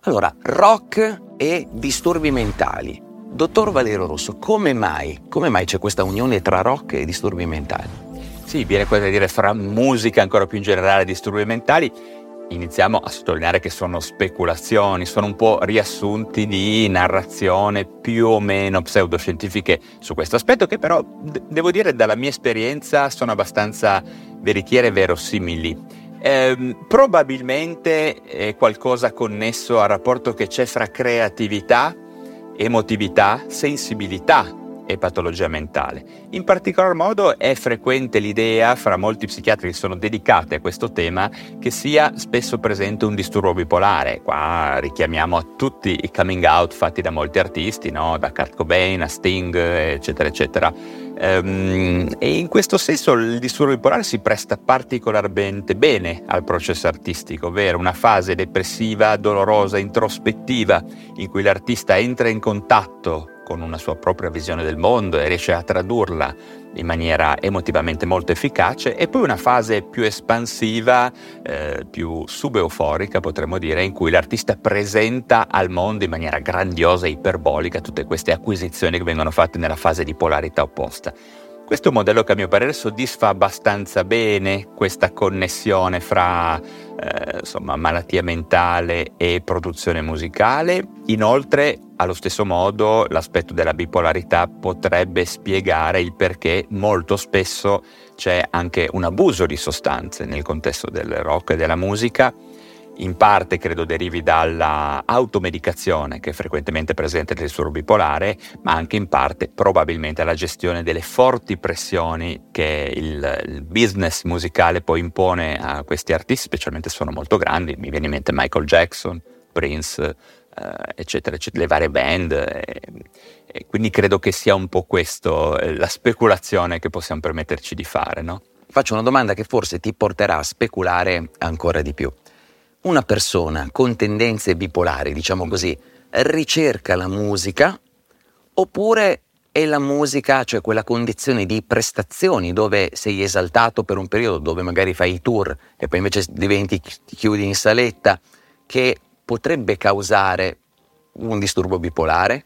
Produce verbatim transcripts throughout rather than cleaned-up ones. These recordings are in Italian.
Allora, rock e disturbi mentali. Dottor Valerio Rosso, come mai? Come mai c'è questa unione tra rock e disturbi mentali? Sì, viene quasi a dire fra musica, ancora più in generale, disturbi mentali. Iniziamo a sottolineare che sono speculazioni, sono un po' riassunti di narrazione più o meno pseudoscientifiche su questo aspetto, che però, d- devo dire, dalla mia esperienza sono abbastanza veritiere e verosimili. Eh, probabilmente è qualcosa connesso al rapporto che c'è fra creatività, emotività, sensibilità e patologia mentale. In particolar modo è frequente l'idea fra molti psichiatri che sono dedicati a questo tema che sia spesso presente un disturbo bipolare. Qua richiamiamo a tutti i coming out fatti da molti artisti, no? Da Kurt Cobain a Sting, eccetera, eccetera. Um, e in questo senso il disturbo bipolare si presta particolarmente bene al processo artistico, ovvero una fase depressiva, dolorosa, introspettiva, in cui l'artista entra in contatto con una sua propria visione del mondo e riesce a tradurla in maniera emotivamente molto efficace, e poi una fase più espansiva, eh, più subeuforica potremmo dire, in cui l'artista presenta al mondo in maniera grandiosa e iperbolica tutte queste acquisizioni che vengono fatte nella fase di polarità opposta. Questo è un modello che a mio parere soddisfa abbastanza bene questa connessione fra eh, insomma, malattia mentale e produzione musicale. Inoltre, allo stesso modo, l'aspetto della bipolarità potrebbe spiegare il perché molto spesso c'è anche un abuso di sostanze nel contesto del rock e della musica. In parte credo derivi dalla automedicazione che è frequentemente presente nel disturbo bipolare, ma anche in parte probabilmente alla gestione delle forti pressioni che il, il business musicale poi impone a questi artisti, specialmente se sono molto grandi. Mi viene in mente Michael Jackson, Prince, eh, eccetera, eccetera, le varie band. E, e quindi credo che sia un po' questo eh, la speculazione che possiamo permetterci di fare, no? Faccio una domanda che forse ti porterà a speculare ancora di più. Una persona con tendenze bipolari, diciamo così, ricerca la musica, oppure è la musica, cioè quella condizione di prestazioni dove sei esaltato per un periodo, dove magari fai i tour e poi invece diventi, ti chiudi in saletta, che potrebbe causare un disturbo bipolare?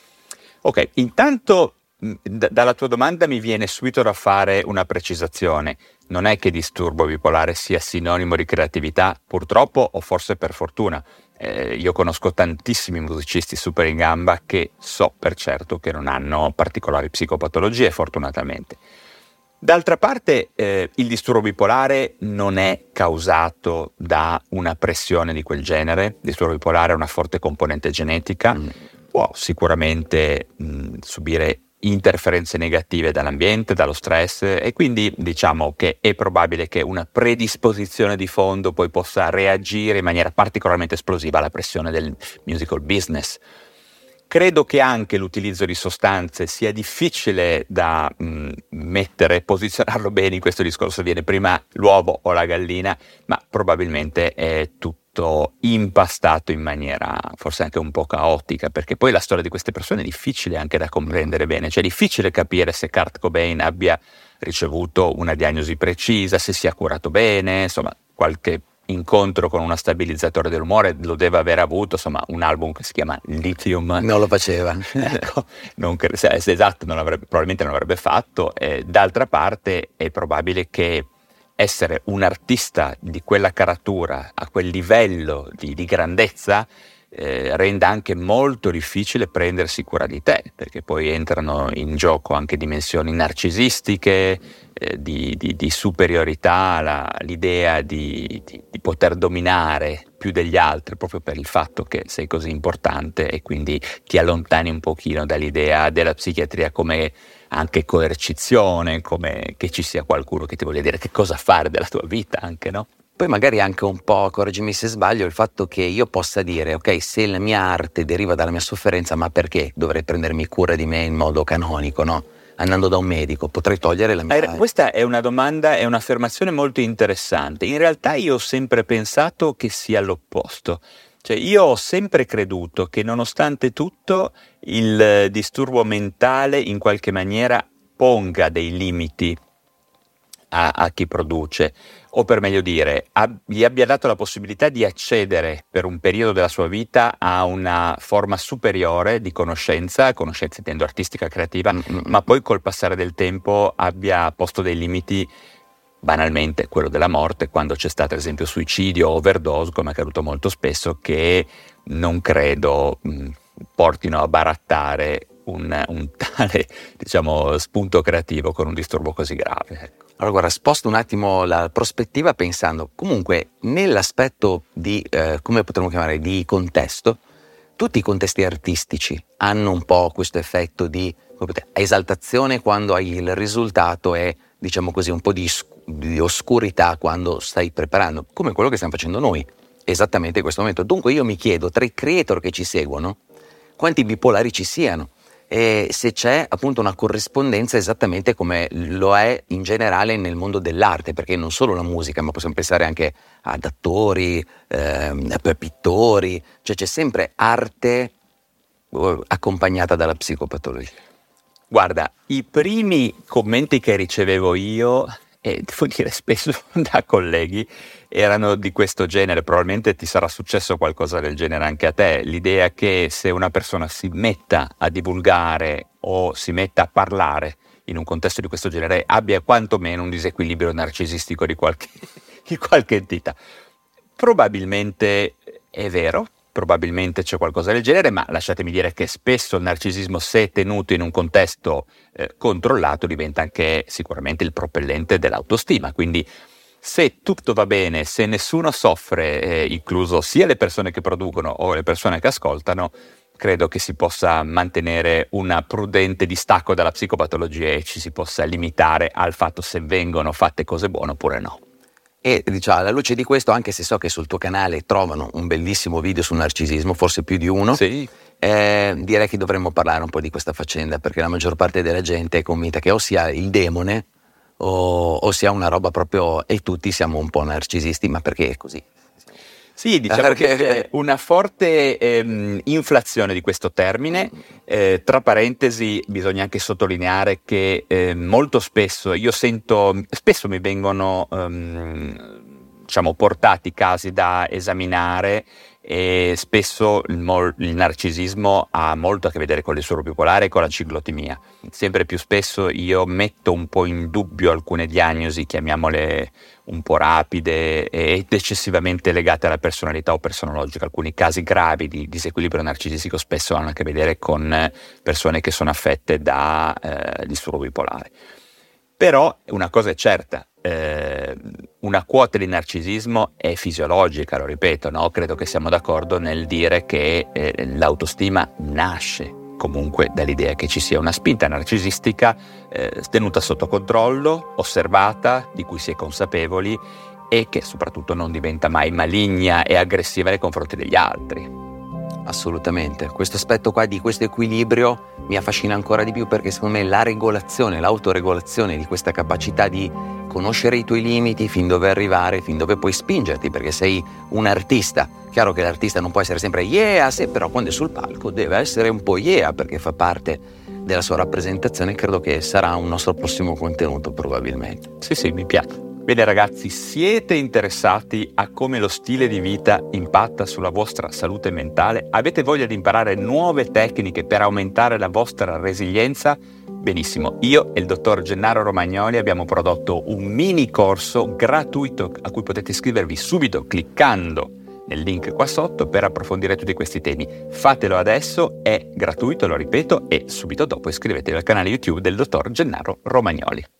Ok, intanto d- dalla tua domanda mi viene subito da fare una precisazione. Non è che disturbo bipolare sia sinonimo di creatività, purtroppo, o forse per fortuna. Eh, io conosco tantissimi musicisti super in gamba che so per certo che non hanno particolari psicopatologie, fortunatamente. D'altra parte, eh, il disturbo bipolare non è causato da una pressione di quel genere. Il disturbo bipolare ha una forte componente genetica, mm. può sicuramente mh, subire interferenze negative dall'ambiente, dallo stress, e quindi diciamo che è probabile che una predisposizione di fondo poi possa reagire in maniera particolarmente esplosiva alla pressione del musical business. Credo che anche l'utilizzo di sostanze sia difficile da mh, mettere, posizionarlo bene in questo discorso, viene prima l'uovo o la gallina, ma probabilmente è tutto impastato in maniera forse anche un po' caotica, perché poi la storia di queste persone è difficile anche da comprendere bene, cioè è difficile capire se Kurt Cobain abbia ricevuto una diagnosi precisa, se sia curato bene, insomma qualche incontro con uno stabilizzatore dell'umore lo deve aver avuto, insomma un album che si chiama Lithium non lo faceva. Ecco, non cre- se, se esatto non avrebbe, probabilmente non l'avrebbe fatto. Eh, d'altra parte è probabile che essere un artista di quella caratura, a quel livello di, di grandezza, eh, renda anche molto difficile prendersi cura di te, perché poi entrano in gioco anche dimensioni narcisistiche, eh, di, di, di superiorità, la, l'idea di, di, di poter dominare più degli altri proprio per il fatto che sei così importante, e quindi ti allontani un pochino dall'idea della psichiatria come anche coercizione, come che ci sia qualcuno che ti voglia dire che cosa fare della tua vita anche, no? Poi magari anche un po', correggimi se sbaglio, il fatto che io possa dire, ok, se la mia arte deriva dalla mia sofferenza, ma perché dovrei prendermi cura di me in modo canonico, no? Andando da un medico, potrei togliere la mia... Eh, questa è una domanda, è un'affermazione molto interessante. In realtà io ho sempre pensato che sia l'opposto. Cioè io ho sempre creduto che nonostante tutto il disturbo mentale in qualche maniera ponga dei limiti a, a chi produce, o per meglio dire, ab- gli abbia dato la possibilità di accedere per un periodo della sua vita a una forma superiore di conoscenza, conoscenza intendo artistica, creativa, mm-hmm. ma poi col passare del tempo abbia posto dei limiti, banalmente quello della morte, quando c'è stato ad esempio suicidio o overdose, come è accaduto molto spesso, che non credo mh, portino a barattare un, un tale, diciamo, spunto creativo con un disturbo così grave. Ecco. Allora guarda, sposto un attimo la prospettiva pensando, comunque nell'aspetto di, eh, come potremmo chiamare, di contesto, tutti i contesti artistici hanno un po' questo effetto di esaltazione quando hai il risultato e, diciamo così, un po' di, di oscurità quando stai preparando, come quello che stiamo facendo noi, esattamente in questo momento. Dunque io mi chiedo, tra i creator che ci seguono, quanti bipolari ci siano, e se c'è appunto una corrispondenza esattamente come lo è in generale nel mondo dell'arte, perché non solo la musica, ma possiamo pensare anche ad attori, ehm, pittori, cioè c'è sempre arte accompagnata dalla psicopatologia. Guarda, i primi commenti che ricevevo io, e devo dire spesso da colleghi, erano di questo genere. Probabilmente ti sarà successo qualcosa del genere anche a te, l'idea che se una persona si metta a divulgare o si metta a parlare in un contesto di questo genere abbia quantomeno un disequilibrio narcisistico di qualche, di qualche entità. Probabilmente è vero, probabilmente c'è qualcosa del genere, ma lasciatemi dire che spesso il narcisismo, se tenuto in un contesto eh, controllato, diventa anche sicuramente il propellente dell'autostima. Quindi se tutto va bene, se nessuno soffre, eh, incluso sia le persone che producono o le persone che ascoltano, credo che si possa mantenere un prudente distacco dalla psicopatologia e ci si possa limitare al fatto se vengono fatte cose buone oppure no. E diciamo, alla luce di questo, anche se so che sul tuo canale trovano un bellissimo video sul narcisismo, forse più di uno, sì. eh, direi che dovremmo parlare un po' di questa faccenda, perché la maggior parte della gente è convinta che o sia il demone o, o sia una roba proprio, e tutti siamo un po' narcisisti, ma perché è così? Sì, diciamo perché... che c'è una forte ehm, inflazione di questo termine. Eh, tra parentesi bisogna anche sottolineare che eh, molto spesso io sento, spesso mi vengono ehm, diciamo portati casi da esaminare e spesso il, mol, il narcisismo ha molto a che vedere con il disturbo bipolare e con la ciclotimia. Sempre più spesso io metto un po' in dubbio alcune diagnosi, chiamiamole un po' rapide ed eccessivamente legate alla personalità o personologica. Alcuni casi gravi di disequilibrio narcisistico spesso hanno a che vedere con persone che sono affette da eh, disturbo bipolare. Però una cosa è certa, eh, una quota di narcisismo è fisiologica, lo ripeto, no? Credo che siamo d'accordo nel dire che eh, l'autostima nasce comunque dall'idea che ci sia una spinta narcisistica eh, tenuta sotto controllo, osservata, di cui si è consapevoli e che soprattutto non diventa mai maligna e aggressiva nei confronti degli altri. Assolutamente, questo aspetto qua di questo equilibrio mi affascina ancora di più, perché secondo me la regolazione, l'autoregolazione di questa capacità di conoscere i tuoi limiti, fin dove arrivare, fin dove puoi spingerti, perché sei un artista. Chiaro che l'artista non può essere sempre yeah, se, però quando è sul palco deve essere un po' yeah, perché fa parte della sua rappresentazione. Credo che sarà un nostro prossimo contenuto probabilmente. Sì, sì, mi piace. Bene ragazzi, siete interessati a come lo stile di vita impatta sulla vostra salute mentale? Avete voglia di imparare nuove tecniche per aumentare la vostra resilienza? Benissimo, io e il dottor Gennaro Romagnoli abbiamo prodotto un mini corso gratuito a cui potete iscrivervi subito cliccando nel link qua sotto per approfondire tutti questi temi. Fatelo adesso, è gratuito, lo ripeto, e subito dopo iscrivetevi al canale YouTube del dottor Gennaro Romagnoli.